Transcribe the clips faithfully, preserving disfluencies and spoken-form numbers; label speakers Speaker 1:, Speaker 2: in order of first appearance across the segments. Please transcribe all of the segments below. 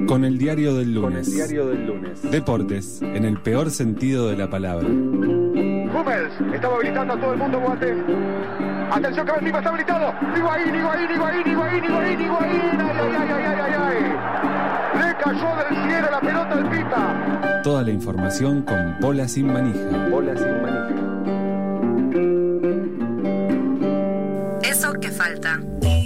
Speaker 1: Con el diario del lunes.
Speaker 2: Con el diario del lunes.
Speaker 1: Deportes, en el peor sentido de la palabra.
Speaker 3: Hummels estaba habilitando a todo el mundo, Boateng. Atención, que el tipo está habilitado. Higuaín, Higuaín, Higuaín, Higuaín, Higuaín, Higuaín. Ay, ay, ay, ay, ay, ay. Le cayó del cielo la pelota al Pita.
Speaker 1: Toda la información con Bola sin manija.
Speaker 2: Bola sin manija.
Speaker 4: Eso que falta.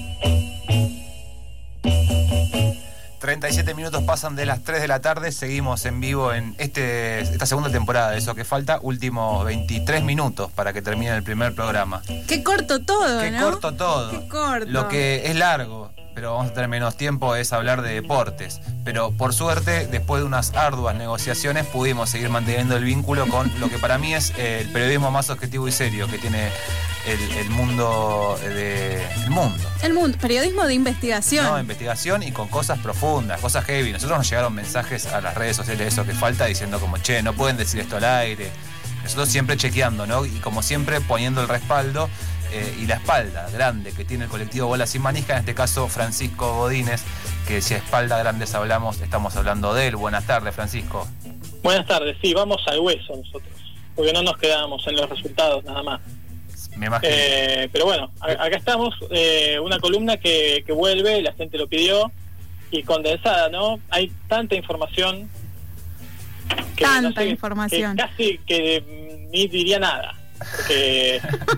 Speaker 5: treinta y siete minutos pasan de las tres de la tarde, seguimos en vivo en este esta segunda temporada de Eso que falta, últimos veintitrés minutos para que termine el primer programa.
Speaker 6: Qué corto todo,
Speaker 5: Qué
Speaker 6: ¿no?
Speaker 5: corto todo.
Speaker 6: Qué corto.
Speaker 5: Lo que es largo, pero vamos a tener menos tiempo, es hablar de deportes. Pero por suerte, después de unas arduas negociaciones, pudimos seguir manteniendo el vínculo con lo que para mí es el periodismo más objetivo y serio que tiene el, el mundo de el mundo.
Speaker 6: El mundo, periodismo de investigación.
Speaker 5: No, investigación y con cosas profundas, cosas heavy. Nosotros nos llegaron mensajes a las redes sociales de Eso que falta diciendo como, che, no pueden decir esto al aire. Nosotros siempre chequeando, ¿no? Y como siempre poniendo el respaldo eh, y la espalda grande que tiene el colectivo Bola sin manija, en este caso Francisco Godínez, que si a espalda grandes hablamos, estamos hablando de él. Buenas tardes, Francisco.
Speaker 7: Buenas tardes, sí, vamos al hueso nosotros, porque no nos quedamos en los resultados nada más.
Speaker 5: Me imagino.
Speaker 7: Eh, pero bueno, a, acá estamos, eh, una columna que, que vuelve, la gente lo pidió, y condensada, ¿no? Hay tanta información. Que
Speaker 6: Tanta
Speaker 7: no sé,
Speaker 6: información.
Speaker 7: Que casi que ni diría nada, porque...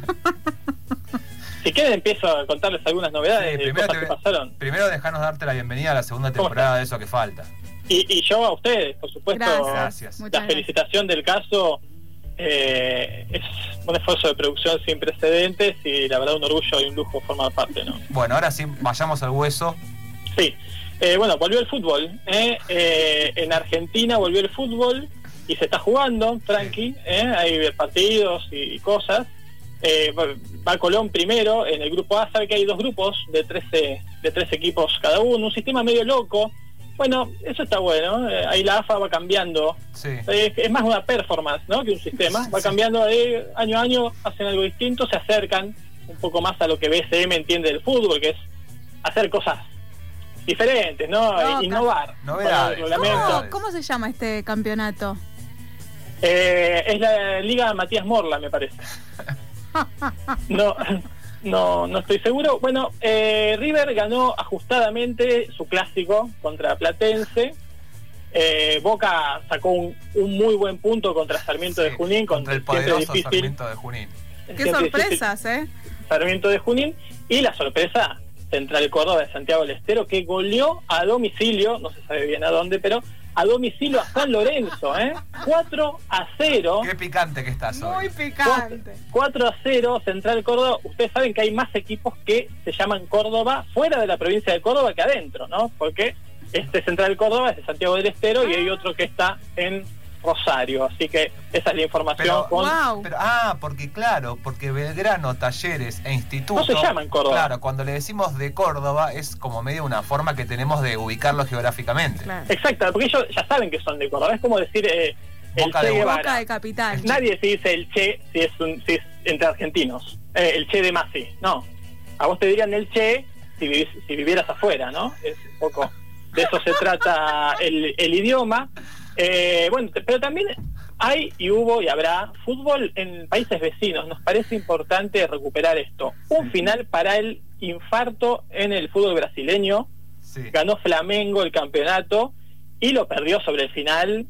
Speaker 7: Si quieren empiezo a contarles algunas novedades
Speaker 5: Sí,
Speaker 7: de
Speaker 5: primero,
Speaker 7: cosas
Speaker 5: te,
Speaker 7: que pasaron.
Speaker 5: primero dejanos darte la bienvenida a la segunda temporada de Eso que falta.
Speaker 7: Y, y yo a ustedes, por supuesto.
Speaker 6: Gracias.
Speaker 5: Gracias.
Speaker 6: Muchas
Speaker 7: La felicitación del caso eh, es un esfuerzo de producción sin precedentes y la verdad un orgullo y un lujo formar parte, ¿no?
Speaker 5: Bueno, ahora sí, vayamos al hueso.
Speaker 7: Sí. Eh, bueno, volvió el fútbol. ¿eh? Eh, en Argentina volvió el fútbol y se está jugando, tranqui. ¿eh? Hay partidos y, y cosas. Eh, va Colón primero en el grupo A. Sabe que hay dos grupos de trece de trece equipos cada uno, un sistema medio loco. Bueno, eso está bueno. eh, ahí la A F A va cambiando.
Speaker 5: Sí.
Speaker 7: Eh, es más una performance, ¿no? Que un sistema. Va
Speaker 5: Sí.
Speaker 7: cambiando de año a año, hacen algo distinto, se acercan un poco más a lo que B S M entiende del fútbol, que es hacer cosas diferentes, ¿no?
Speaker 6: Locas.
Speaker 7: Innovar.
Speaker 5: Novedades.
Speaker 7: Con el reglamento.
Speaker 6: ¿Cómo, ¿Cómo se llama este campeonato?
Speaker 7: Eh, es la Liga Matías Morla, me parece. No, no, no estoy seguro. Bueno, eh, River ganó ajustadamente su clásico contra Platense. Eh, Boca sacó un, un muy buen punto contra Sarmiento
Speaker 5: Sí,
Speaker 7: de Junín,
Speaker 5: contra el
Speaker 7: siempre
Speaker 5: poderoso
Speaker 7: difícil.
Speaker 5: Sarmiento de Junín.
Speaker 6: Qué
Speaker 7: Siempre
Speaker 6: sorpresas, ¿eh?
Speaker 7: difícil. Sarmiento de Junín. Y la sorpresa, Central Córdoba de Santiago del Estero, que goleó a domicilio, no se sabe bien a dónde, pero a domicilio a San Lorenzo, ¿eh? cuatro a cero.
Speaker 5: Qué picante que estás hoy.
Speaker 6: Muy picante.
Speaker 7: cuatro a cero, Central Córdoba. Ustedes saben que hay más equipos que se llaman Córdoba fuera de la provincia de Córdoba que adentro, ¿no? Porque este Central Córdoba es de Santiago del Estero y hay otro que está en Rosario. Así que esa es la información.
Speaker 5: Pero,
Speaker 7: con...
Speaker 6: Wow.
Speaker 5: pero, ah, porque claro, porque Belgrano, Talleres e Instituto...
Speaker 7: No se llaman Córdoba.
Speaker 5: Claro, cuando le decimos de Córdoba es como medio una forma que tenemos de ubicarlo geográficamente.
Speaker 6: Claro.
Speaker 7: Exacto, porque ellos ya saben que son de Córdoba. Es como decir eh, el
Speaker 5: Boca
Speaker 7: Che
Speaker 5: de
Speaker 7: Guevara.
Speaker 6: Boca de capital.
Speaker 7: Nadie se dice el Che si es, un, si es entre argentinos. Eh, el Che de Masi. No. A vos te dirían el Che si, vivís, si vivieras afuera, ¿no? Es un poco... De eso se trata el, el idioma. Eh, bueno, pero también hay y hubo y habrá fútbol en países vecinos. Nos parece importante recuperar esto. Un final para el infarto en el fútbol brasileño.
Speaker 5: Sí.
Speaker 7: Ganó Flamengo el campeonato y lo perdió sobre el final,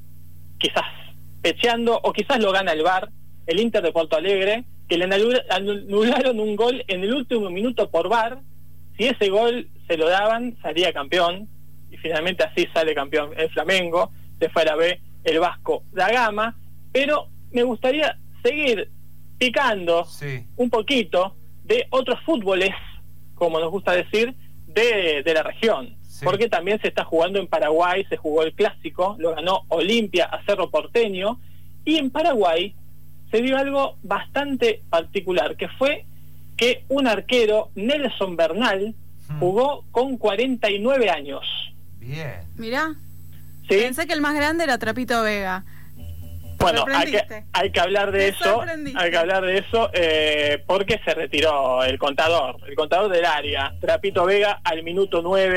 Speaker 7: quizás pecheando, o quizás lo gana el V A R, el Inter de Porto Alegre, que le anularon un gol en el último minuto por V A R. Si ese gol se lo daban, salía campeón, y finalmente así sale campeón el Flamengo. De fuera B, el Vasco da Gama. Pero me gustaría seguir picando
Speaker 5: Sí.
Speaker 7: un poquito de otros fútboles, como nos gusta decir, de, de la región.
Speaker 5: Sí.
Speaker 7: Porque también se está jugando en Paraguay, se jugó el clásico, lo ganó Olimpia a Cerro Porteño, y en Paraguay se dio algo bastante particular, que fue que un arquero, Nelson Bernal,
Speaker 5: Hmm.
Speaker 7: jugó con cuarenta y nueve años.
Speaker 5: Bien.
Speaker 6: Mirá,
Speaker 7: ¿Sí?
Speaker 6: pensé que el más grande era Trapito Vega.
Speaker 7: Bueno, hay que,
Speaker 6: sorprendiste.
Speaker 7: hay que hablar de
Speaker 6: Me
Speaker 7: eso,
Speaker 6: sorprendiste.
Speaker 7: hay que hablar de eso, eh, porque se retiró el contador, el contador del área. Trapito Vega al minuto nueve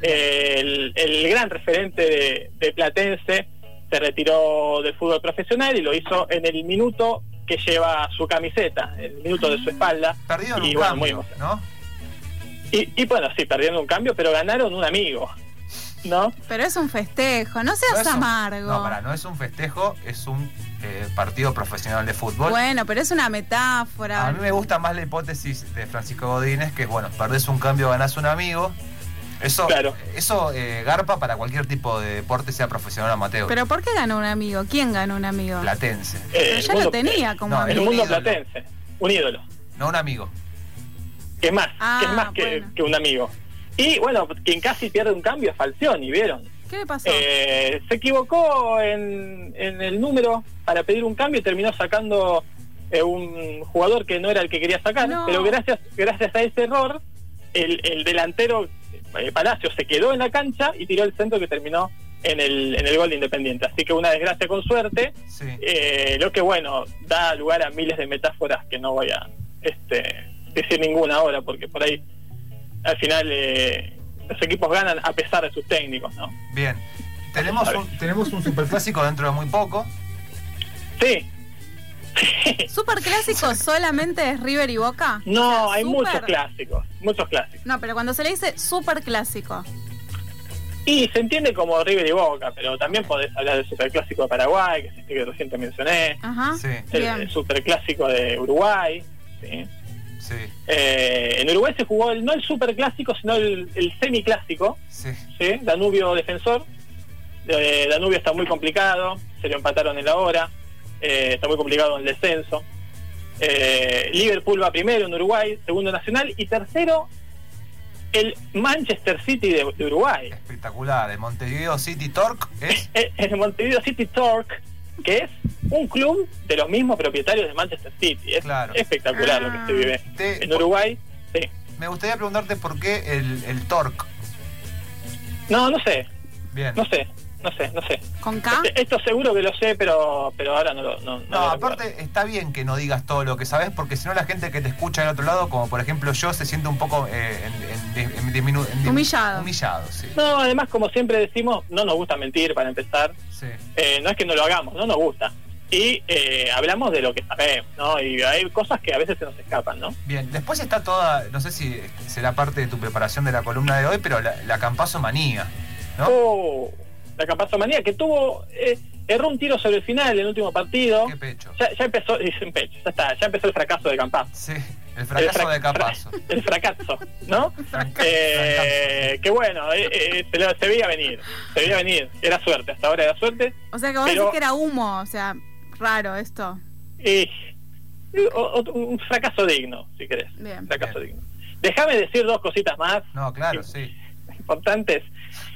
Speaker 7: eh, el, el gran referente de, de Platense se retiró del fútbol profesional y lo hizo en el minuto que lleva su camiseta, el minuto de su espalda.
Speaker 5: Perdido en
Speaker 7: y,
Speaker 5: un
Speaker 7: bueno,
Speaker 5: cambio,
Speaker 7: muy
Speaker 5: ¿no?
Speaker 7: Y, y bueno, sí, perdieron un cambio, pero ganaron un amigo, ¿no?
Speaker 6: Pero es un festejo, no seas
Speaker 5: No es un-
Speaker 6: amargo.
Speaker 5: No, pará, no es un festejo, es un eh, partido profesional de fútbol.
Speaker 6: Bueno, pero es una metáfora.
Speaker 5: A mí me gusta más la hipótesis de Francisco Godínez, que es, bueno, perdés un cambio, ganás un amigo. Eso,
Speaker 7: Claro.
Speaker 5: eso eh, garpa para cualquier tipo de deporte, sea profesional o amateur.
Speaker 6: ¿Pero por qué ganó un amigo? ¿Quién ganó un amigo?
Speaker 5: Platense.
Speaker 7: Eh,
Speaker 6: Pero
Speaker 7: el
Speaker 6: ya
Speaker 7: mundo-
Speaker 6: lo tenía como
Speaker 5: no,
Speaker 7: El
Speaker 6: amigo.
Speaker 5: un
Speaker 7: mundo
Speaker 5: ídolo.
Speaker 7: platense, un ídolo,
Speaker 5: No un amigo.
Speaker 7: que es más,
Speaker 6: Ah,
Speaker 7: que es más que,
Speaker 6: bueno.
Speaker 7: que un amigo. Y bueno, quien casi pierde un cambio es Falcioni, ¿vieron?
Speaker 6: ¿Qué le pasó?
Speaker 7: Eh, se equivocó en, en el número para pedir un cambio y terminó sacando eh, un jugador que no era el que quería sacar,
Speaker 6: No.
Speaker 7: pero gracias gracias a ese error el, el delantero eh, Palacio se quedó en la cancha y tiró el centro que terminó en el en el gol de Independiente, así que una desgracia con suerte,
Speaker 5: Sí.
Speaker 7: eh, lo que bueno da lugar a miles de metáforas que no voy a este decir ninguna ahora porque por ahí al final eh, los equipos ganan a pesar de sus técnicos, ¿no?
Speaker 5: Bien. Tenemos un, tenemos un superclásico dentro de muy poco.
Speaker 7: Sí.
Speaker 6: ¿Superclásico solamente es River y Boca?
Speaker 7: No,
Speaker 6: O sea,
Speaker 7: hay
Speaker 6: super-
Speaker 7: muchos clásicos, muchos clásicos.
Speaker 6: No, pero cuando se le dice superclásico.
Speaker 7: Y se entiende como River y Boca, pero también podés hablar del superclásico de Paraguay, que es este que recién te mencioné,
Speaker 6: Ajá.
Speaker 5: Sí,
Speaker 7: el,
Speaker 6: Bien.
Speaker 7: el superclásico de Uruguay, ¿sí?
Speaker 5: sí,
Speaker 7: Eh, en Uruguay se jugó el, no el superclásico, sino el, el semiclásico,
Speaker 5: sí.
Speaker 7: ¿sí? Danubio Defensor. Eh, Danubio está muy complicado, se lo empataron en la hora, eh, está muy complicado en el descenso. Eh, Liverpool va primero en Uruguay, segundo Nacional, y tercero el Manchester City de, de Uruguay.
Speaker 5: Espectacular. El Montevideo City Torque es.
Speaker 7: El, el Montevideo City Torque, que es un club de los mismos propietarios de Manchester City. Es
Speaker 5: Claro.
Speaker 7: espectacular
Speaker 6: Ah.
Speaker 7: lo que se vive
Speaker 5: Te-
Speaker 7: en Uruguay. Sí.
Speaker 5: Me gustaría preguntarte por qué el, el Torque.
Speaker 7: No, no sé,
Speaker 5: Bien.
Speaker 7: no sé, no sé, no sé.
Speaker 6: ¿Con K?
Speaker 7: Este- Esto seguro que lo sé, pero pero ahora no lo no, no
Speaker 5: No,
Speaker 7: lo
Speaker 5: aparte está bien que no digas todo lo que sabes, porque si no la gente que te escucha del otro lado, como por ejemplo yo, se siente un poco eh, en, en- en diminu- en dim-
Speaker 6: Humillado.
Speaker 5: Humillado, sí.
Speaker 7: recuerdo. No, además, como siempre decimos, no nos gusta mentir para empezar.
Speaker 5: Sí.
Speaker 7: Eh, no es que no lo hagamos, no nos gusta. Y eh, hablamos de lo que sabemos, ¿no? Y hay cosas que a veces se nos escapan, ¿no?
Speaker 5: Bien, después está toda, no sé si será parte de tu preparación de la columna de hoy, pero la, la Campazo manía, ¿no?
Speaker 7: Oh, la Campazo manía que tuvo, eh, erró un tiro sobre el final en el último partido.
Speaker 5: Qué pecho.
Speaker 7: Ya, ya empezó, dice un pecho, ya está, ya empezó el fracaso de Campazo.
Speaker 5: Sí, el fracaso
Speaker 7: El fra-
Speaker 5: de Campazo.
Speaker 7: fra- El fracaso, ¿no?
Speaker 5: Fracaso.
Speaker 7: Eh, que bueno, eh, eh, se, lo- se veía venir, se veía venir, era suerte, hasta ahora era suerte.
Speaker 6: O sea que vos
Speaker 7: pero-
Speaker 6: decís que era humo, o sea, raro esto.
Speaker 7: Y, y o- o- un fracaso digno, si querés.
Speaker 6: Bien.
Speaker 7: Fracaso
Speaker 5: Bien.
Speaker 7: digno. Déjame decir dos cositas más
Speaker 5: No, claro, sí.
Speaker 7: importantes.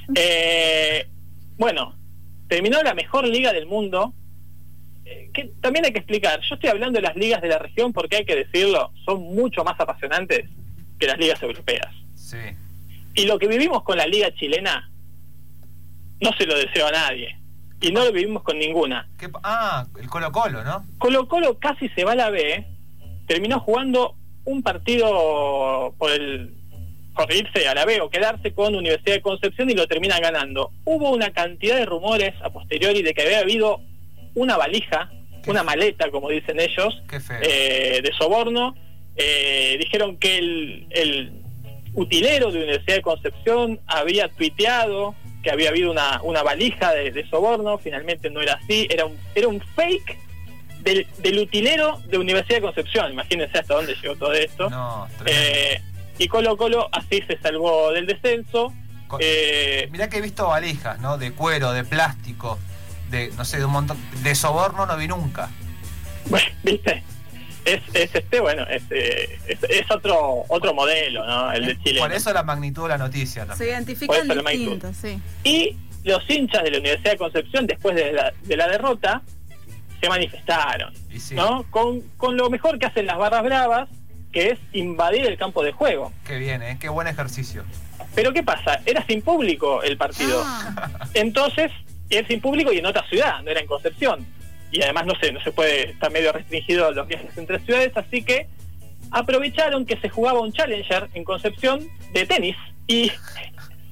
Speaker 7: Eh, bueno, terminó la mejor liga del mundo. Eh, que también hay que explicar. Yo estoy hablando de las ligas de la región porque hay que decirlo, son mucho más apasionantes que las ligas europeas.
Speaker 5: Sí.
Speaker 7: Y lo que vivimos con la liga chilena no se lo deseo a nadie. Y no lo vivimos con ninguna.
Speaker 5: ¿Qué pa- ah, el Colo Colo, ¿no?
Speaker 7: Colo Colo casi se va a la B, terminó jugando un partido por el por irse a la B o quedarse con Universidad de Concepción y lo termina ganando. Hubo una cantidad de rumores a posteriori de que había habido una valija,
Speaker 5: Qué
Speaker 7: una
Speaker 5: feo.
Speaker 7: maleta, como dicen ellos,
Speaker 5: Qué feo.
Speaker 7: eh, de soborno. Eh, dijeron que el, el utilero de Universidad de Concepción había tuiteado que había habido una, una valija de, de soborno. Finalmente no era así, era un, era un fake del, del utilero de Universidad de Concepción. Imagínense hasta dónde llegó todo esto.
Speaker 5: No, tremendo.
Speaker 7: Eh, y Colo Colo así se salvó del descenso.
Speaker 5: Co-
Speaker 7: Eh,
Speaker 5: Mirá que he visto valijas, ¿no? De cuero, de plástico, de, no sé, de un montón. De soborno no vi nunca.
Speaker 7: bueno, ¿viste? Es, es este, bueno, es, eh, es, es otro otro modelo, ¿no? El de Chile.
Speaker 5: Por eso la magnitud de la noticia
Speaker 6: Se
Speaker 5: también.
Speaker 6: identifican
Speaker 7: Puede ser la
Speaker 6: distintos, sí.
Speaker 7: Y los hinchas de la Universidad de Concepción, después de la, de la derrota, se manifestaron,
Speaker 5: Y sí,
Speaker 7: ¿no? Con, con lo mejor que hacen las barras bravas, que es invadir el campo de juego.
Speaker 5: qué bien, ¿eh? Qué buen ejercicio.
Speaker 7: Pero ¿qué pasa? Era sin público el partido.
Speaker 6: Ah,
Speaker 7: Entonces, era sin público y en otra ciudad, no era en Concepción. Y además, no sé, no se puede, está medio restringido los viajes entre ciudades, así que aprovecharon que se jugaba un Challenger en Concepción de tenis y,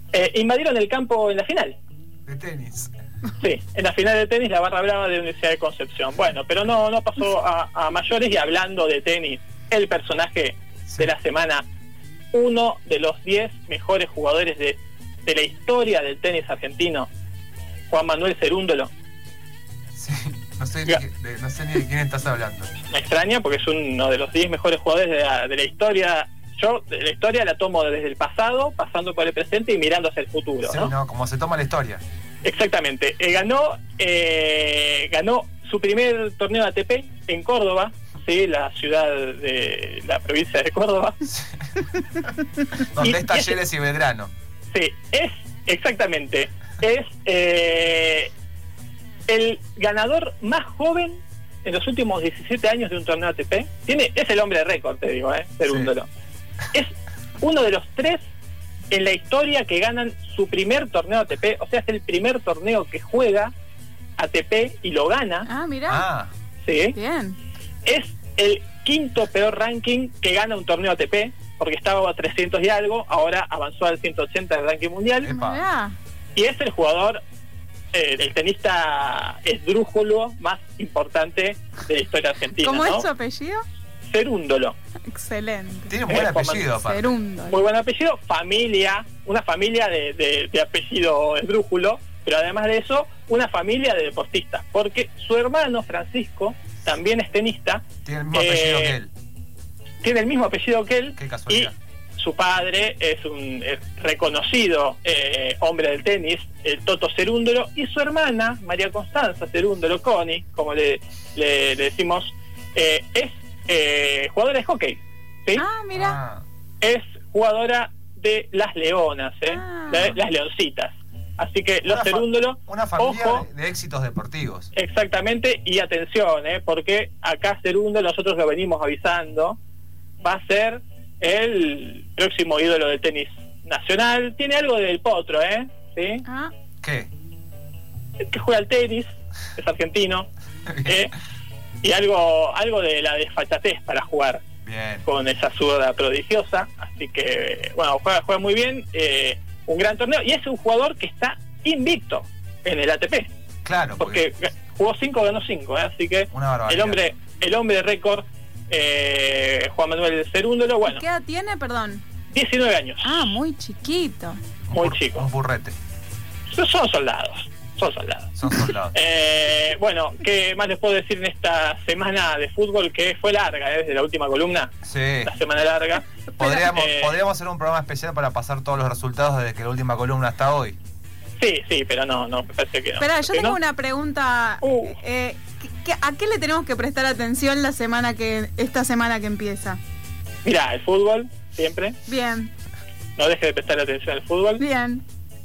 Speaker 7: Eh, invadieron el campo en la final.
Speaker 5: De tenis.
Speaker 7: Sí, en la final de tenis, la barra brava de la Universidad de Concepción. Bueno, pero no, no pasó a, a mayores. Y hablando de tenis, el personaje
Speaker 5: Sí.
Speaker 7: de la semana, uno de los diez mejores jugadores de, de la historia del tenis argentino, Juan Manuel Cerúndolo.
Speaker 5: Sí, no sé, ni,
Speaker 7: Ya.
Speaker 5: de, no sé ni de quién estás hablando.
Speaker 7: Me extraña porque es uno de los diez mejores jugadores de la, de la historia. Yo de la historia la tomo desde el pasado, pasando por el presente y mirando hacia el futuro,
Speaker 5: Sí,
Speaker 7: ¿no?
Speaker 5: no, como se toma la historia.
Speaker 7: Exactamente. Eh, ganó eh, ganó su primer torneo A T P en Córdoba, sí, la ciudad de la provincia de Córdoba.
Speaker 5: Donde
Speaker 7: Y-
Speaker 5: es Talleres y Belgrano.
Speaker 7: Sí, es exactamente es eh, el ganador más joven en los últimos diecisiete años de un torneo A T P. Tiene es el hombre de récord, te digo, eh, Cerúndolo. Es uno de los tres en la historia que ganan su primer torneo A T P, o sea, es el primer torneo que juega A T P y lo gana,
Speaker 6: Ah, mira.
Speaker 5: Ah,
Speaker 7: ¿sí?
Speaker 6: Bien.
Speaker 7: Es el quinto peor ranking que gana un torneo A T P, porque estaba a trescientos y algo, ahora avanzó al ciento ochenta del ranking mundial,
Speaker 5: Epa.
Speaker 6: Mirá.
Speaker 7: y es el jugador, eh, el tenista esdrújulo más importante de la historia argentina,
Speaker 6: ¿Cómo
Speaker 7: ¿no?
Speaker 6: es su apellido?
Speaker 7: Cerúndolo.
Speaker 6: Excelente.
Speaker 5: tiene un buen
Speaker 7: Eh, Juan
Speaker 5: apellido, aparte.
Speaker 6: Cerúndolo.
Speaker 7: Muy buen apellido, familia, una familia de, de, de apellido esdrújulo, pero además de eso, una familia de deportistas, porque su hermano Francisco también es tenista,
Speaker 5: Tiene el mismo
Speaker 7: Eh,
Speaker 5: apellido que él.
Speaker 7: tiene el mismo apellido que él,
Speaker 5: Qué
Speaker 7: y
Speaker 5: casualidad.
Speaker 7: su padre es un eh, reconocido eh, hombre del tenis, el Toto Cerúndolo, y su hermana, María Constanza Cerúndolo, Connie, como le, le, le decimos, eh, es eh, jugadora de hockey, ¿sí?
Speaker 6: Ah, mira.
Speaker 5: Ah,
Speaker 7: Es jugadora de las Leonas, ¿eh?
Speaker 6: Ah.
Speaker 7: La- las Leoncitas. Así que los
Speaker 5: Una fa-
Speaker 7: Cerúndolo,
Speaker 5: una familia
Speaker 7: ojo,
Speaker 5: de, de éxitos deportivos.
Speaker 7: exactamente, y atención, ¿eh? Porque acá Cerúndolo, nosotros lo venimos avisando, va a ser el próximo ídolo del tenis nacional. Tiene algo del potro, ¿eh? ¿Sí?
Speaker 6: Ah,
Speaker 5: ¿Qué?
Speaker 7: Que juega al tenis, es argentino, ¿eh? Y algo, algo de la desfachatez para jugar
Speaker 5: Bien.
Speaker 7: con esa zurda prodigiosa. Así que, bueno, juega, juega muy bien, eh, un gran torneo, y es un jugador que está invicto en el A T P,
Speaker 5: Claro, porque,
Speaker 7: porque jugó cinco, ganó cinco, ¿eh? Así que
Speaker 5: una barbaridad.
Speaker 7: el hombre el hombre de récord, eh, Juan Manuel Cerúndolo, bueno,
Speaker 6: ¿qué edad tiene? Perdón.
Speaker 7: diecinueve años,
Speaker 6: Ah, muy chiquito.
Speaker 5: Un
Speaker 7: muy
Speaker 5: bur-
Speaker 7: chico.
Speaker 5: Un burrete.
Speaker 7: son soldados, son soldados.
Speaker 5: Son soldados.
Speaker 7: Eh, bueno, ¿qué más les puedo decir en esta semana de fútbol que fue larga, eh, desde la última columna?
Speaker 5: Sí.
Speaker 7: La semana larga.
Speaker 5: Podríamos,
Speaker 7: Eh,
Speaker 5: podríamos hacer un programa especial para pasar todos los resultados desde que la última columna hasta hoy.
Speaker 7: Sí, sí, pero no, no, me parece que no.
Speaker 6: Espera, yo
Speaker 7: ¿Que
Speaker 6: tengo
Speaker 7: no?
Speaker 6: una pregunta.
Speaker 7: Uh.
Speaker 6: Eh, ¿qué- qué- ¿A qué le tenemos que prestar atención la semana que esta semana que empieza?
Speaker 7: Mirá, el fútbol, siempre.
Speaker 6: Bien,
Speaker 7: No deje de prestar atención al fútbol.
Speaker 6: bien.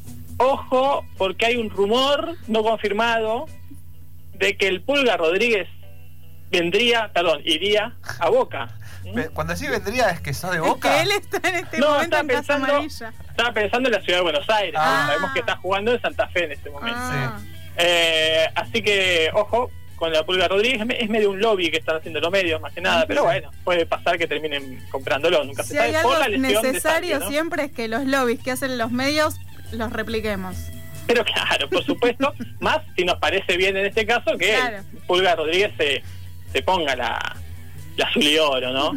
Speaker 7: Ojo, porque hay un rumor no confirmado de que el Pulga Rodríguez vendría, perdón, iría a Boca. ¿Mm?
Speaker 5: Ve- Cuando sí vendría es que sos de
Speaker 6: Es
Speaker 5: Boca.
Speaker 6: que él está en este
Speaker 7: No,
Speaker 6: momento
Speaker 7: estaba
Speaker 6: en Casa
Speaker 7: pensando,
Speaker 6: Amarilla.
Speaker 7: estaba pensando en la ciudad de Buenos Aires.
Speaker 5: Ah.
Speaker 7: Sabemos que está jugando en Santa Fe en este momento.
Speaker 6: Ah.
Speaker 7: Eh, así que, ojo, con la Pulga Rodríguez es me- es medio un lobby que están haciendo los medios, más que nada, pero bueno, puede pasar que terminen comprándolo, nunca
Speaker 6: Si
Speaker 7: se sabe
Speaker 6: hay
Speaker 7: por
Speaker 6: algo
Speaker 7: la lesión de
Speaker 6: necesario
Speaker 7: Santi, ¿no?
Speaker 6: siempre es que los lobbies que hacen los medios los repliquemos.
Speaker 7: Pero claro, por supuesto, más si nos parece bien en este caso que
Speaker 6: Claro.
Speaker 7: Pulga Rodríguez se, se ponga la, la azul y oro, ¿no?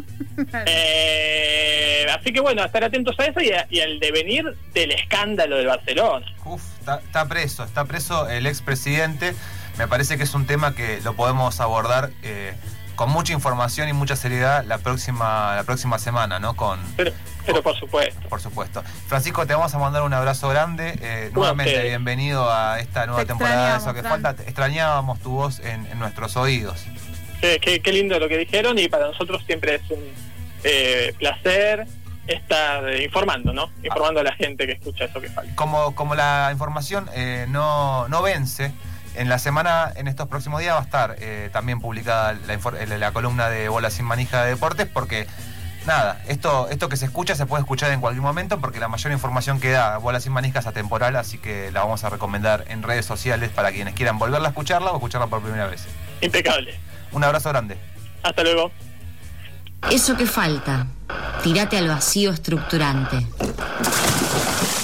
Speaker 7: Eh, así que bueno, estar atentos a eso y, a- y al devenir del escándalo del Barcelona.
Speaker 5: Uf, está, está preso, está preso el expresidente. Me parece que es un tema que lo podemos abordar eh, con mucha información y mucha seriedad la próxima la próxima semana, ¿no? Con,
Speaker 7: Pero, pero por supuesto.
Speaker 5: por supuesto. Francisco, te vamos a mandar un abrazo grande. Eh,
Speaker 7: Bueno,
Speaker 5: nuevamente,
Speaker 7: sí.
Speaker 5: bienvenido a esta nueva
Speaker 6: Te
Speaker 5: temporada de Eso que
Speaker 6: extrañamos,
Speaker 5: falta. Te extrañábamos tu voz en, en nuestros oídos.
Speaker 7: Qué, qué- qué lindo lo que dijeron, y para nosotros siempre es un eh, placer estar eh, informando, ¿no? Informando a la gente que escucha Eso que falta.
Speaker 5: Como, como la información eh, no, no vence, en la semana, en estos próximos días, va a estar eh, también publicada la, infor- eh, la columna de Bola Sin Manija de Deportes, porque nada, esto, esto que se escucha se puede escuchar en cualquier momento, porque la mayor información que da Bola Sin Manija es atemporal, así que la vamos a recomendar en redes sociales para quienes quieran volverla a escucharla o escucharla por primera vez.
Speaker 7: Impecable.
Speaker 5: Un abrazo grande.
Speaker 7: Hasta luego.
Speaker 8: Eso que falta. Tírate al vacío estructurante.